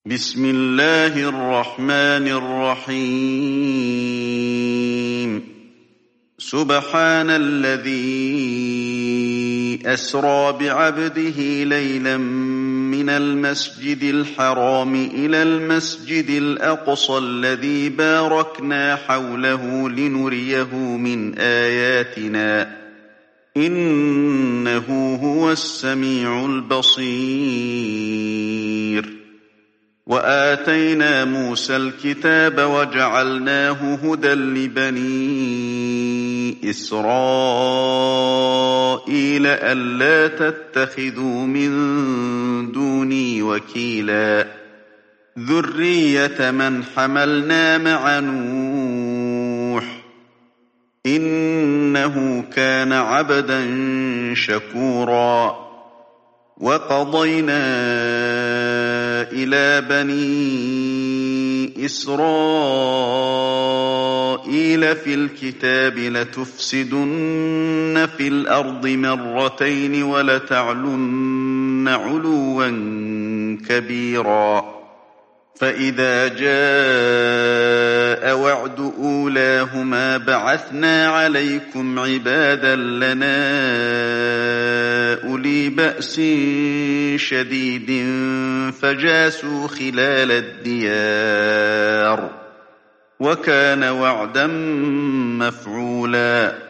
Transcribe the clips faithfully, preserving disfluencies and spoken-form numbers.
بسم الله الرحمن الرحيم سبحان الذي أسرى بعبده ليلا من المسجد الحرام إلى المسجد الأقصى الذي باركنا حوله لنريه من آياتنا إنه هو السميع البصير. وآتينا موسى الكتاب وجعلناه هدى لبني إسرائيل ألا تتخذوا من دوني وكيلا ذرية من حملنا مع نوح إنه كان عبدا شكورا. وقضينا إلى بني إسرائيل في الكتاب لتفسدن في الأرض مرتين ولتعلن علوا كبيرا. فإذا جاء وعد أولاهما بعثنا عليكم عبادا لنا أولي بأس شديد فجاسوا خلال الديار وكان وعدا مفعولا.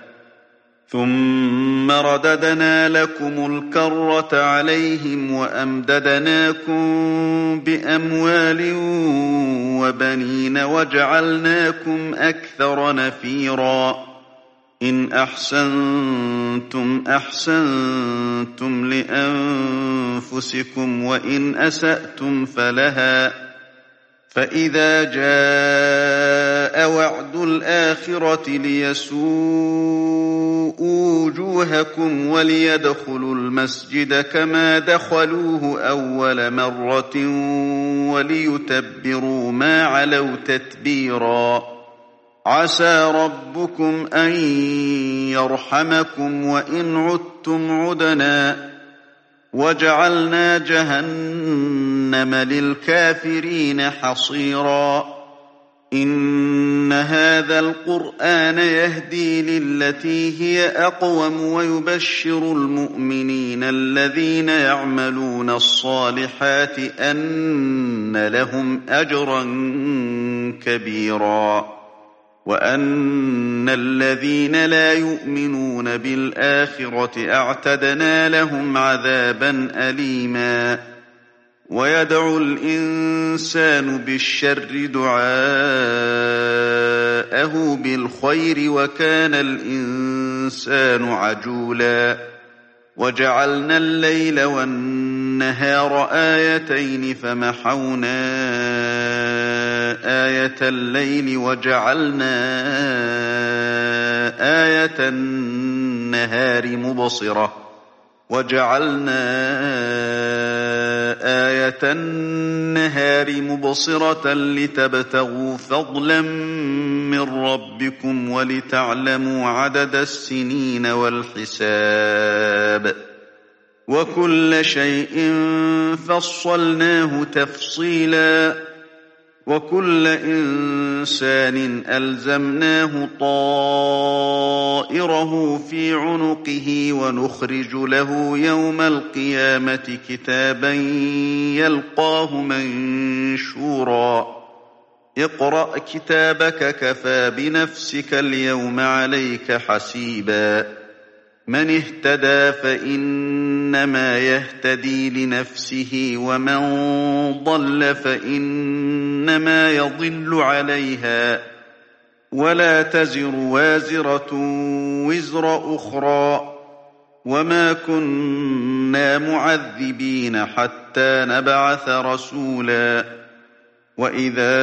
ثم رددنا لكم الكرة عليهم وأمددناكم بأموال وبنين وجعلناكم أكثر نفيرا. إن أحسنتم أحسنتم لأنفسكم وإن أسأتم فلها. فإذا جاء وعد الآخرة ليسوءوا وجوهكم وليدخلوا المسجد كما دخلوه أول مرة وليتبروا ما علوا تتبيرا. عسى ربكم أن يرحمكم وإن عدتم عدنا وجعلنا جهنم للكافرين حصيرا. إن هذا القرآن يهدي للتي هي أقوم ويبشر المؤمنين الذين يعملون الصالحات أن لهم أجرا كبيرا وأن الذين لا يؤمنون بالآخرة أعتدنا لهم عذابا أليما. ويدعو الإنسان بالشر دعاءه بالخير وكان الإنسان عجولا. وجعلنا الليل والنهار آيتين فمحونا آية الليل وجعلنا آية النهار مبصرة وجعلنا آية النهار مبصرة لتبتغوا فضلا من ربكم ولتعلموا عدد السنين والحساب وكل شيء فصلناه تفصيلا. وكل إنسان ألزمناه طائره في عنقه ونخرج له يوم القيامة كتابا يلقاه منشورا. اقرأ كتابك كفى بنفسك اليوم عليك حسيبا. من اهتدى فإنما يهتدي لنفسه ومن ضل فإنما يضل عليها ولا تزر وازرة وزر أخرى وما كنا معذبين حتى نبعث رسولا. وإذا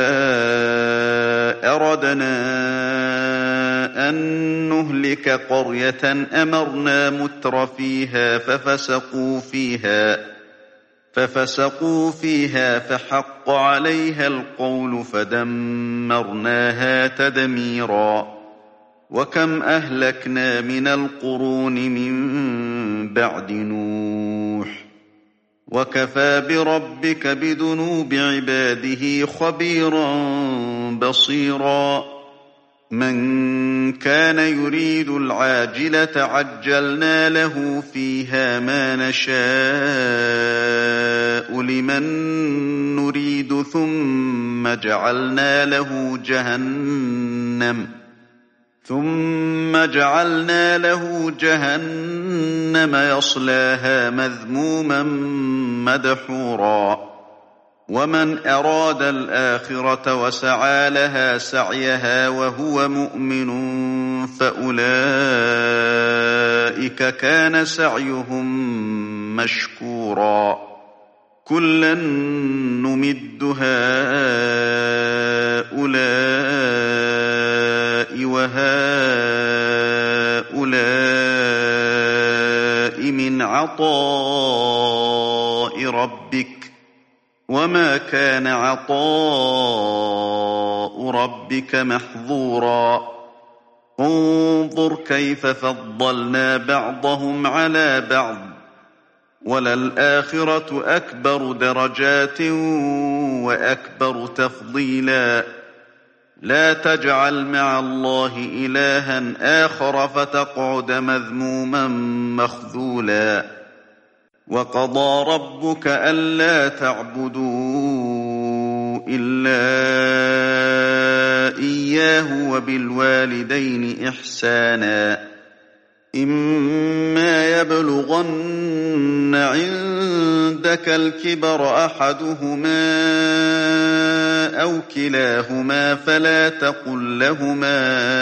أردنا أن نهلك قرية أمرنا متر فيها ففسقوا فيها ففسقوا فيها فحق عليها القول فدمرناها تدميرا. وكم أهلكنا من القرون من بعد نوح وكفى بربك بذنوب عباده خبيرا بصيرا من كان يريد العاجلة عجلنا له فيها ما نشاء لمن نريد ثم جعلنا له جهنم ثم جعلنا له جهنم يصلاها مذموما مدحورا ومن أراد الآخرة وسعى لها سعيها وهو مؤمن فأولئك كان سعيهم مشكورا كلا نمد هؤلاء وهؤلاء من عطاء ربك وما كان عطاء ربك محظورا انظر كيف فضلنا بعضهم على بعض وللآخرة أكبر درجات وأكبر تفضيلا لا تجعل مع الله إلها آخر فتقعد مذموما مخذولا وقضى ربك ألا تعبدوا إلا إياه وبالوالدين إحسانا إما يبلغن عندك الكبر أحدهما أو كلاهما فلا تقل لهما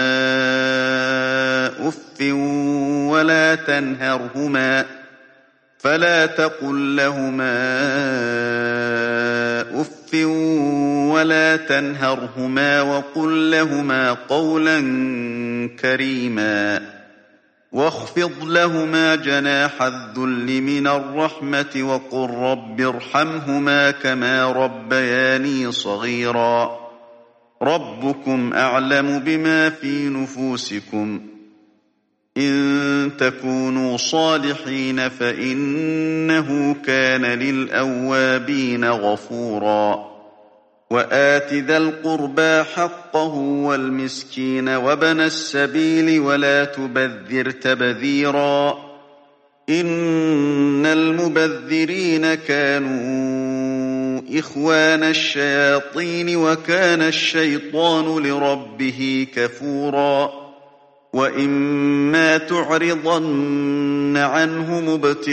أف ولا تنهرهما فلا تقل لهما أف ولا تنهرهما وقل لهما قولا كريما واخفض لهما جناح الذل من الرحمة وقل رب ارحمهما كما ربياني صغيرا ربكم أعلم بما في نفوسكم إن تكونوا صالحين فإنه كان للأوابين غفورا وآت ذا القربى حقه والمسكين وابن السبيل ولا تبذر تبذيرا إن المبذرين كانوا إخوان الشياطين وكان الشيطان لربه كفورا وإما تعرضن عنهم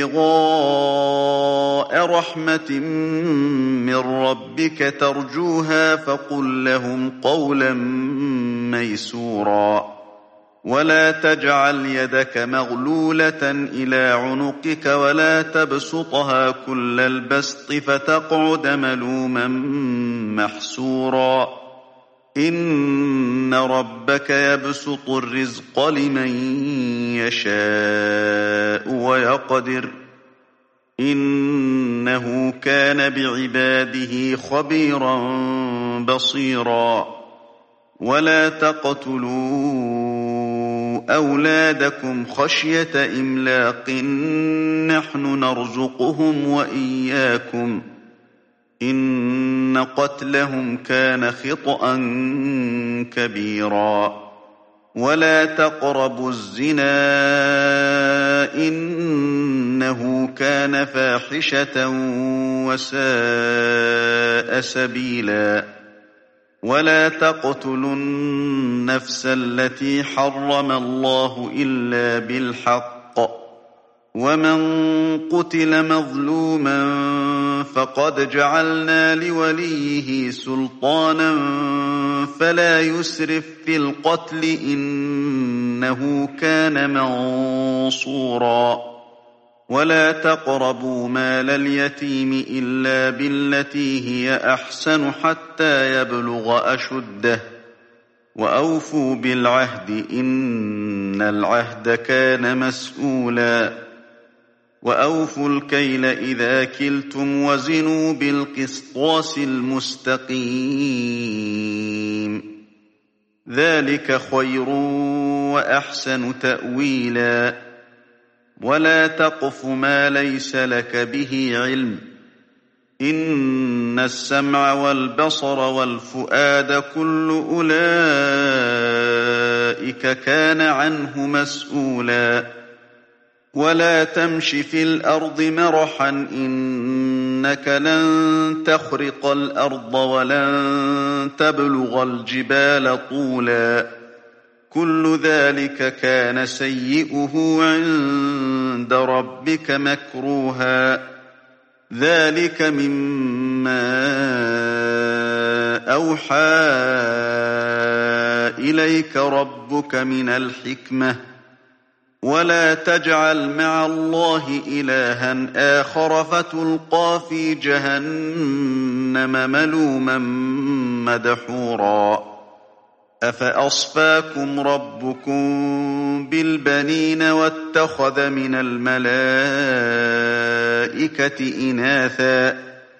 ابتغاء رحمة من ربك ترجوها فقل لهم قولا ميسورا ولا تجعل يدك مغلولة إلى عنقك ولا تبسطها كل البسط فتقعد ملوما محسورا إن ربك يبسط الرزق لمن يشاء ويقدر إنه كان بعباده خبيرا بصيرا ولا تقتلوا أولادكم خشية إملاق نحن نرزقهم وإياكم إن قتلهم كان خطأ كبيرا ولا تقربوا الزنا إنه كان فاحشة وساء سبيلا ولا تقتلوا النفس التي حرم الله إلا بالحق ومن قتل مظلوما فقد جعلنا لوليه سلطانا فلا يسرف في القتل إنه كان منصورا ولا تقربوا مال اليتيم إلا بالتي هي أحسن حتى يبلغ أشده وأوفوا بالعهد إن العهد كان مسؤولا وأوفوا الكيل إذا كلتم وزنوا بالقسطاس المستقيم ذلك خير وأحسن تأويلا ولا تقف ما ليس لك به علم. إن السمع والبصر والفؤاد كل أولئك كان عنه مسؤولا. ولا تمش في الأرض مرحا إنك لن تخرق الأرض ولن تبلغ الجبال طولا. كل ذلك كان سيئه عند ربك مكروها. ذلك مما أوحى إليك ربك من الحكمة. ولا تجعل مع الله إلها آخر فتلقى في جهنم ملوما مدحورا. أفأصفاكم ربكم بالبنين واتخذ من الملائكة إناثا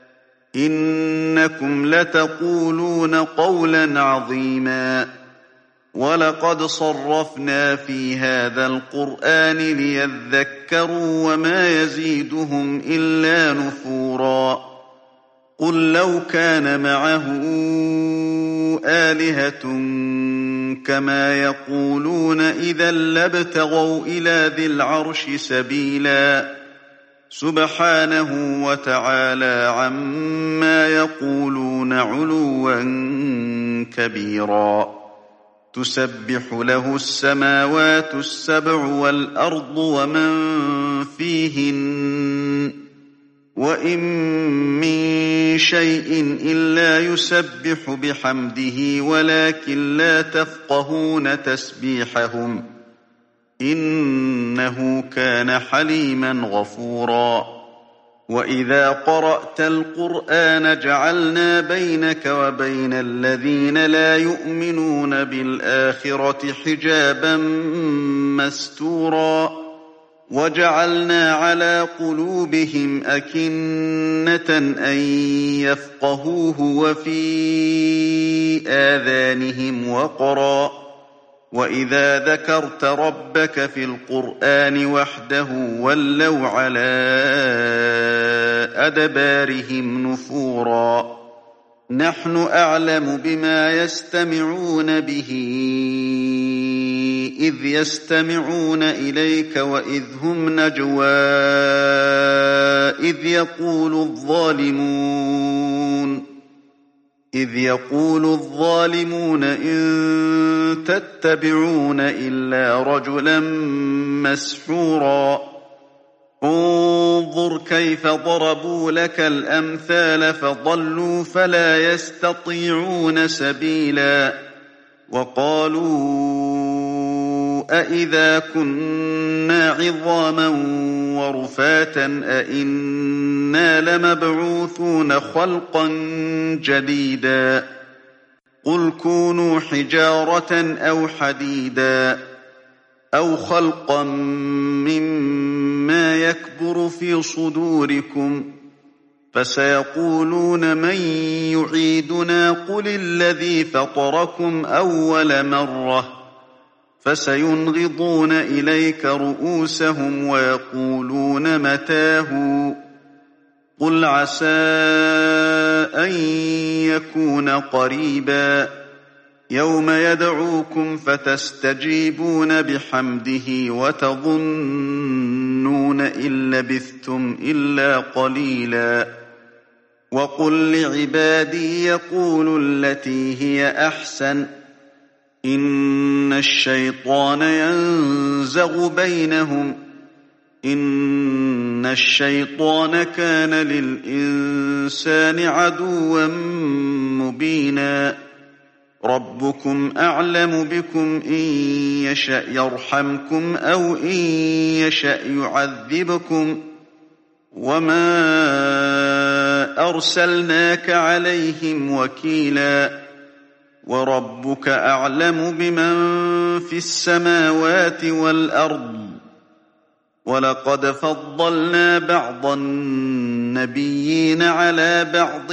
إنكم لتقولون قولا عظيما. ولقد صرفنا في هذا القرآن ليذكروا وما يزيدهم إلا نفورا. قل لو كان معه آلهة كما يقولون إذا لابتغوا إلى ذي العرش سبيلا. سبحانه وتعالى عما يقولون علوا كبيرا. تسبح له السماوات السبع والأرض ومن فيهن وإن من شيء إلا يسبح بحمده ولكن لا تفقهون تسبيحهم إنه كان حليما غفورا. وإذا قرأت القرآن جعلنا بينك وبين الذين لا يؤمنون بالآخرة حجابا مستورا. وجعلنا على قلوبهم أكنة أن يفقهوه وفي آذانهم وقرا. وإذا ذكرت ربك في القرآن وحده ولوا على أدبارهم نفورا. نحن أعلم بما يستمعون به إذ يستمعون إليك وإذ هم نجوى إذ يقول الظالمون إذ يقول الظالمون إن تتبعون إلا رجلا مسحورا. انظر كيف ضربوا لك الأمثال فضلوا فلا يستطيعون سبيلا. وقالوا أإذا كنا عظاما ورفاتا أإنا لمبعوثون خلقا جديدا. قل كونوا حجارة أو حديدا أو خلقا مما يكبر في صدوركم فسيقولون من يعيدنا قل الذي فطركم أول مرة فسينغضون إليك رؤوسهم ويقولون متاه قل عسى أن يكون قريبا. يوم يدعوكم فتستجيبون بحمده وتظنون إن لبثتم إلا قليلا. وقل لعبادي يقولوا التي هي أحسن إن الشيطان ينزغ بينهم إن الشيطان كان للإنسان عدوا مبينا. ربكم أعلم بكم إن يشأ يرحمكم أو إن يشأ يعذبكم وما أرسلناك عليهم وكيلا. وربك أعلم بمن في السماوات والأرض. ولقد فضلنا بعض النبيين على بعض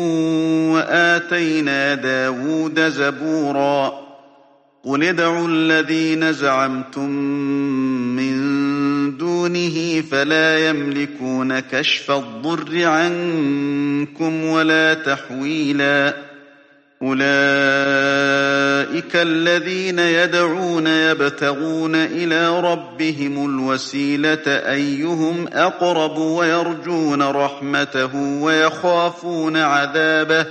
وآتينا داود زبورا. قل ادعوا الذين زعمتم من دون دونه فلا يملكون كشف الضر عنكم ولا تحويلا أولئك الذين يدعون يبتغون إلى ربهم الوسيلة أيهم أقرب ويرجون رحمته ويخافون عذابه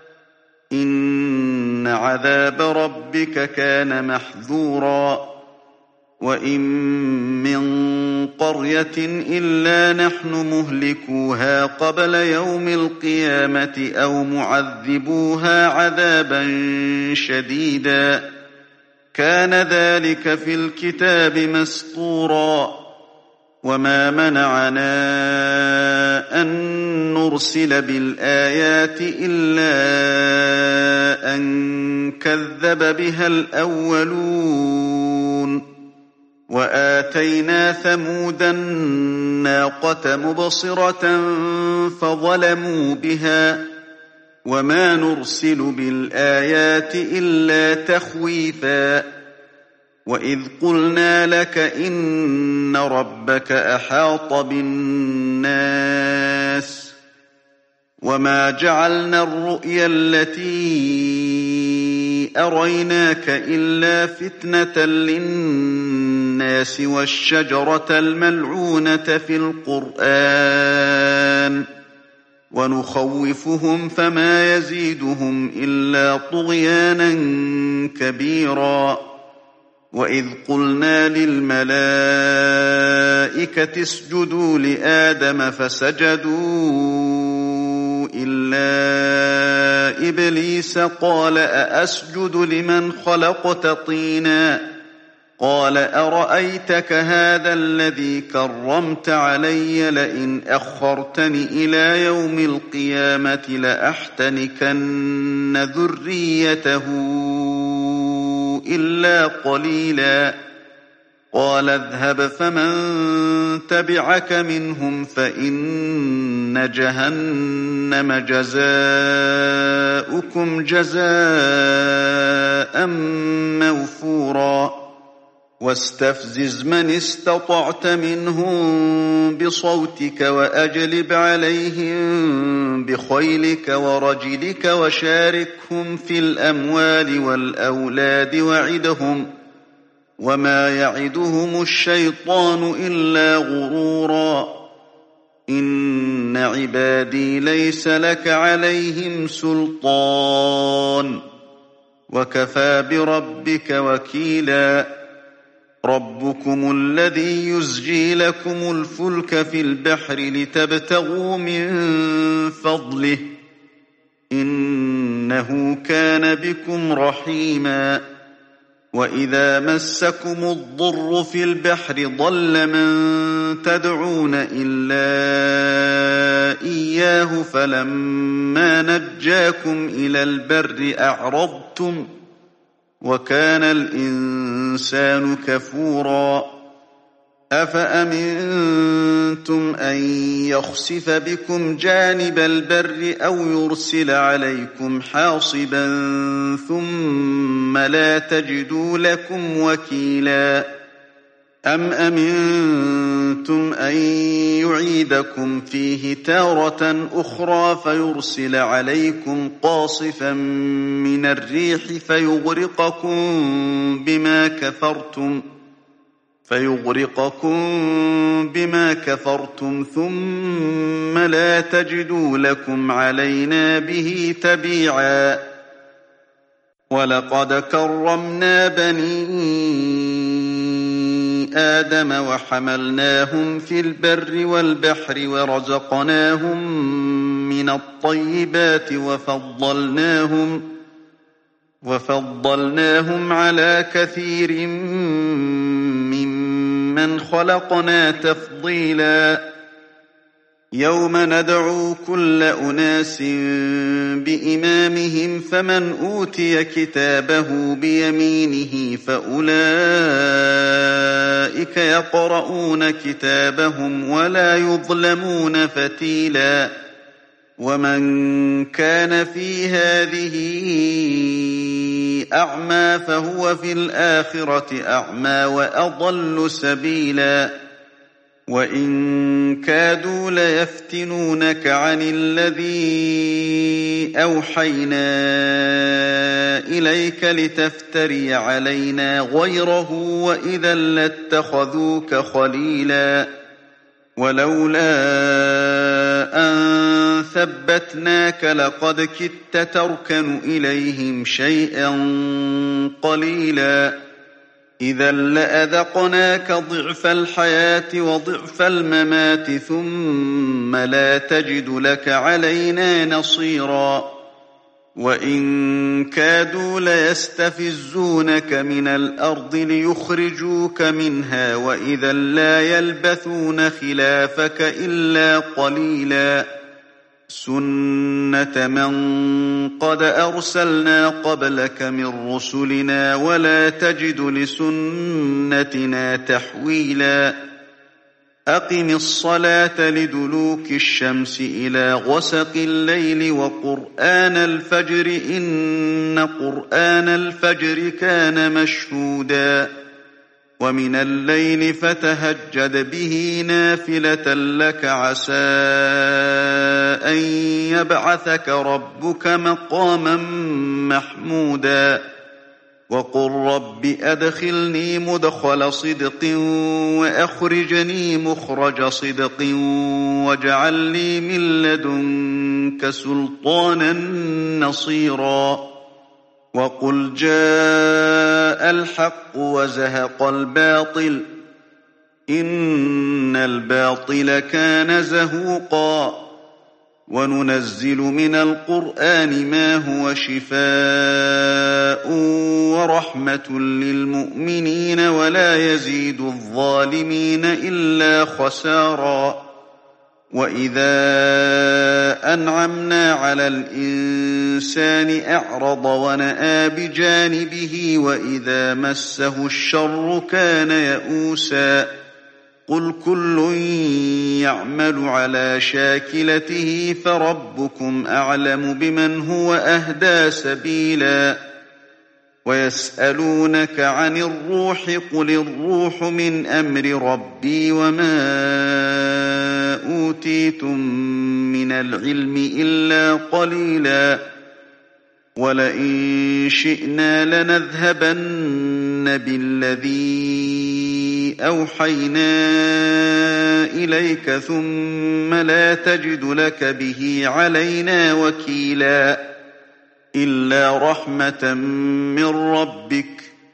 إن عذاب ربك كان محذورا وإن من قرية إلا نحن مهلكوها قبل يوم القيامة أو معذبوها عذابا شديدا كان ذلك في الكتاب مسطورا وما منعنا أن نرسل بالآيات إلا أن كذب بها الأولون وآتينا ثمود الناقة مبصرة فظلموا بها وما نرسل بالآيات إلا تخويفا وإذ قلنا لك إن ربك أحاط بالناس وما جعلنا الرؤيا التي أريناك إلا فتنة للناس والشجرة الملعونة في القرآن ونخوفهم فما يزيدهم إلا طغيانا كبيرا وإذ قلنا للملائكة اسجدوا لآدم فسجدوا إلا إبليس قال أأسجد لمن خلقت طينا قال أرأيتك هذا الذي كرمت علي لئن أخرتني إلى يوم القيامة لأحتنكن ذريته إلا قليلا قال اذهب فمن تبعك منهم فإن جهنم جزاؤكم جزاء موفورا واستفزز من استطعت منهم بصوتك وأجلب عليهم بخيلك ورجلك وشاركهم في الأموال والأولاد وعدهم وما يعدهم الشيطان إلا غرورا إن عبادي ليس لك عليهم سلطان وكفى بربك وكيلا ربكم الذي يزجي لكم الفلك في البحر لتبتغوا من فضله إنه كان بكم رحيما وإذا مسكم الضر في البحر ضل من تدعون إلا إياه فلما نجاكم إلى البر أعرضتم وكان الإنسان كفورا أفأمنتم أن يخسف بكم جانب البر أو يرسل عليكم حاصبا ثم لا تجدوا لكم وكيلا أم أمنتم أن يعيدكم فيه تارة أخرى فيرسل عليكم قاصفا من الريح فيغرقكم بما كفرتم فيغرقكم بما كفرتم ثم لا تجدوا لكم علينا به تبيعا ولقد كرمنا بني آدم وحملناهم في البر والبحر ورزقناهم من الطيبات وفضلناهم وفضلناهم على كثير ممن خلقنا تفضيلا يوم ندعو كل أناس بإمامهم فمن أوتي كتابه بيمينه فأولئك يقرؤون كتابهم ولا يظلمون فتيلا ومن كان في هذه أعمى فهو في الآخرة أعمى وأضل سبيلا وإن كادوا ليفتنونك عن الذي أوحينا إليك لتفتري علينا غيره وإذا لاتخذوك خليلا ولولا أن ثبتناك لقد كدت تركن إليهم شيئا قليلا إذا لأذقناك ضعف الحياة وضعف الممات ثم لا تجد لك علينا نصيرا وإن كادوا ليستفزونك من الأرض ليخرجوك منها وإذا لا يلبثون خلافك إلا قليلا سنة من قد أرسلنا قبلك من رسلنا ولا تجد لسنتنا تحويلا أقم الصلاة لدلوك الشمس إلى غسق الليل وقرآن الفجر إن قرآن الفجر كان مشهودا ومن الليل فتهجد به نافلة لك عسى أن يبعثك ربك مقاما محمودا وقل رب أدخلني مدخل صدق وأخرجني مخرج صدق واجعل لي من لدنك سلطانا نصيرا وقل جاء الحق وزهق الباطل إن الباطل كان زهوقا وننزل من القرآن ما هو شفاء ورحمة للمؤمنين ولا يزيد الظالمين إلا خسارا وإذا أنعمنا على الإنسان أعرض ونأى بجانبه وإذا مسه الشر كان يئوسا قل كل يعمل على شاكلته فربكم أعلم بمن هو أهدى سبيلا ويسألونك عن الروح قل الروح من أمر ربي وما أوتيتم من العلم إلا قليلا ولئن شئنا لنذهبن بالذي أوحينا إليك ثم لا تجد لك به علينا وكيلا إلا رحمة من ربك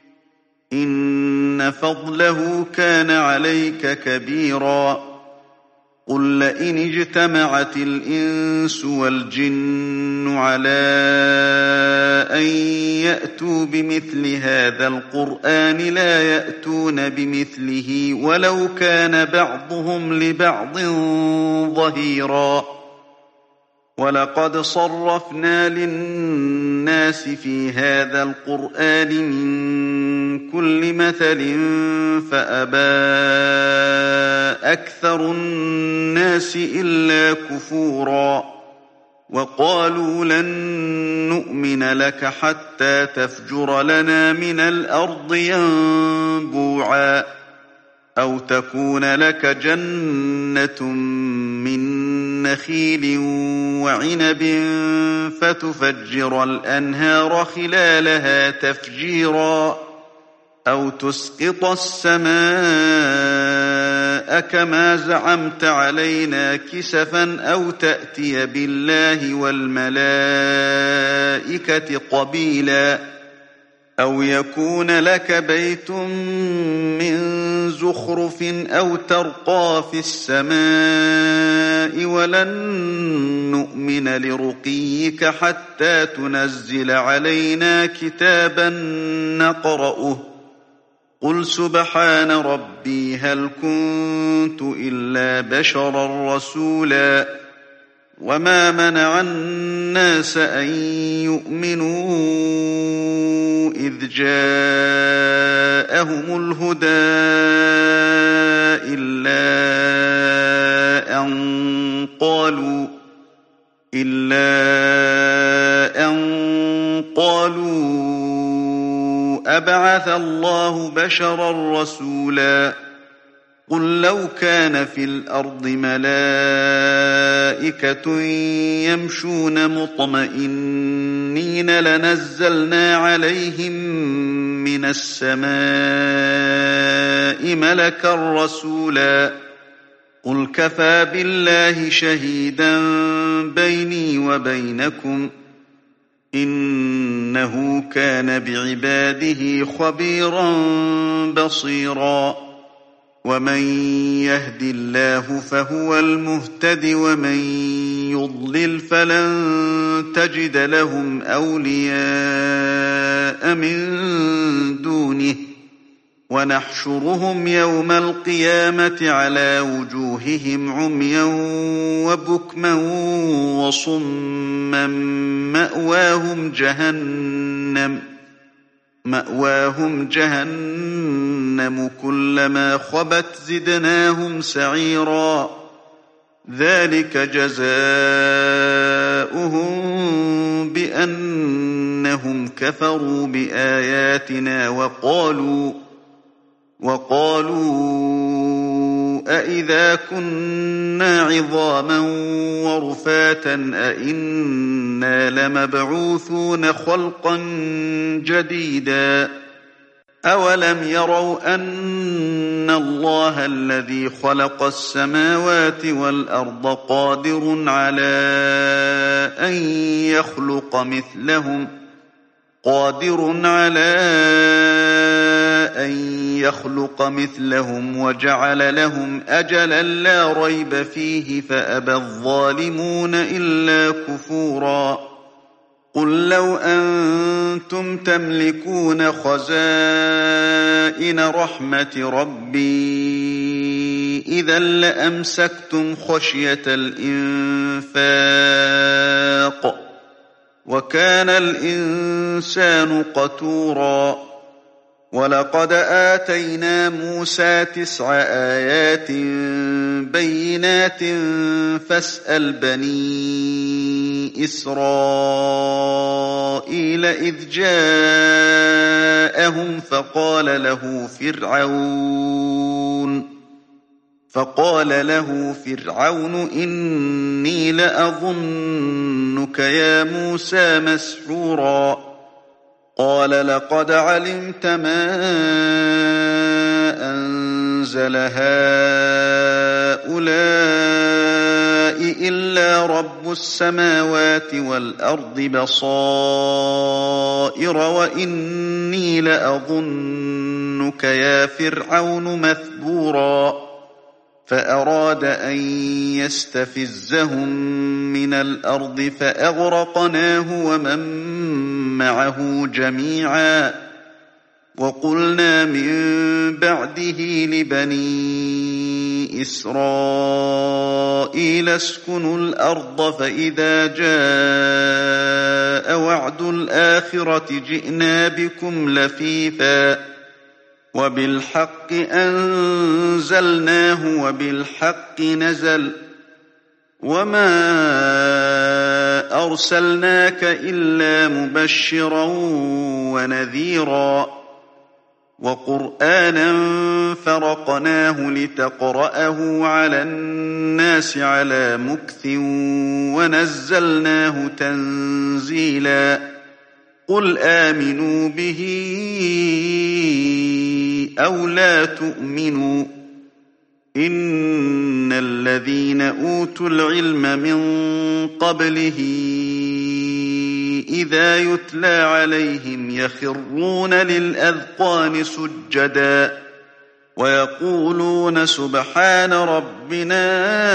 إن فضله كان عليك كبيرا قل لئن اجتمعت الإنس والجن على أن يأتوا بمثل هذا القرآن لا يأتون بمثله ولو كان بعضهم لبعض ظهيرا ولقد صرفنا للناس في هذا القرآن من كل مثل فأبى أكثر الناس إلا كفورا وقالوا لن نؤمن لك حتى تفجر لنا من الأرض ينبوعا أو تكون لك جنة من نخيل وعنب فتفجر الأنهار خلالها تفجيرا أو تسقط السماء كما زعمت علينا كسفا أو تأتي بالله والملائكة قبيلا أو يكون لك بيت من زخرف أو ترقى في السماء ولن نؤمن لرقيك حتى تنزل علينا كتابا نقرأه قل سبحان ربي هل كنت إلا بشرا رسولا وما منع الناس أن يؤمنوا إذ جاءهم الهدى إلا أن قالوا إلا أن قالوا أبعث الله بشرا رسولا قل لو كان في الأرض ملائكة يمشون مطمئنين لنزلنا عليهم من السماء ملكا رسولا قل كفى بالله شهيدا بيني وبينكم إنه كان بعباده خبيرا بصيرا ومن يهد الله فهو المهتد ومن يضلل فلن تجد لهم أولياء من دونه ونحشرهم يوم القيامة على وجوههم عميا وبكما وصما مأواهم جهنم مأواهم جهنم كلما خبت زدناهم سعيرا ذلك جزاؤهم بأنهم كفروا بآياتنا وقالوا وقالوا أئذا كنا عظاما ورفاتا أئنا لمبعوثون خلقا جديدا أولم يروا أن الله الذي خلق السماوات والأرض قادر على أن يخلق مثلهم قادر على أن يخلق مثلهم وجعل لهم أجلا لا ريب فيه فأبى الظالمون إلا كفورا قل لو أنتم تملكون خزائن رحمة ربي إذا لأمسكتم خشية الإنفاق وكان الإنسان قتورا ولقد آتينا موسى تسع آيات بينات فاسأل بني إسرائيل إذ جاءهم فقال له فرعون فقال له فرعون إني لأظنك يا موسى مسحورا قال لقد علمت ما أنزل هؤلاء إلا رب السماوات والأرض بصائر وإني لأظنك يا فرعون مثبورا فأراد أن يستفزهم من الأرض فأغرقناه ومن معه جميعا وقلنا من بعده لبني إسرائيل اسكنوا الأرض فإذا جاء وعد الآخرة جئنا بكم لفيفا وبالحق أنزلناه وبالحق نزل وما أرسلناك إلا مبشرا ونذيرا وقرآنا فرقناه لتقرأه على الناس على مكث ونزلناه تنزيلا قل آمنوا به أو لا تؤمنوا إن الذين أوتوا العلم من قبله إذا يتلى عليهم يخرون للأذقان سجدا ويقولون سبحان ربنا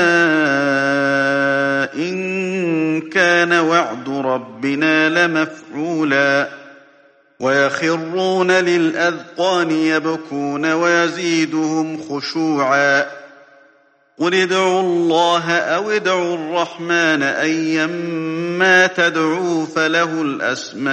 إن كان وعد ربنا لمفعولا ويخرون للأذقان يبكون ويزيدهم خشوعا قل ادعوا الله أو ادعوا الرحمن أيما تدعوا فله الأسماء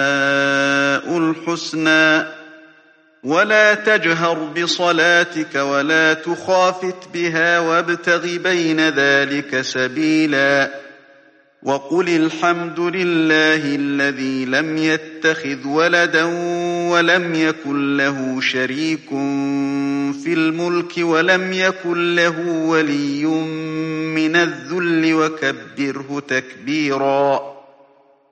الحسنى ولا تجهر بصلاتك ولا تخافت بها وابتغ بين ذلك سبيلا وقل الحمد لله الذي لم يتخذ ولدا ولم يكن له شريك في الملك ولم يكن له ولي من الذل وكبره تكبيرا.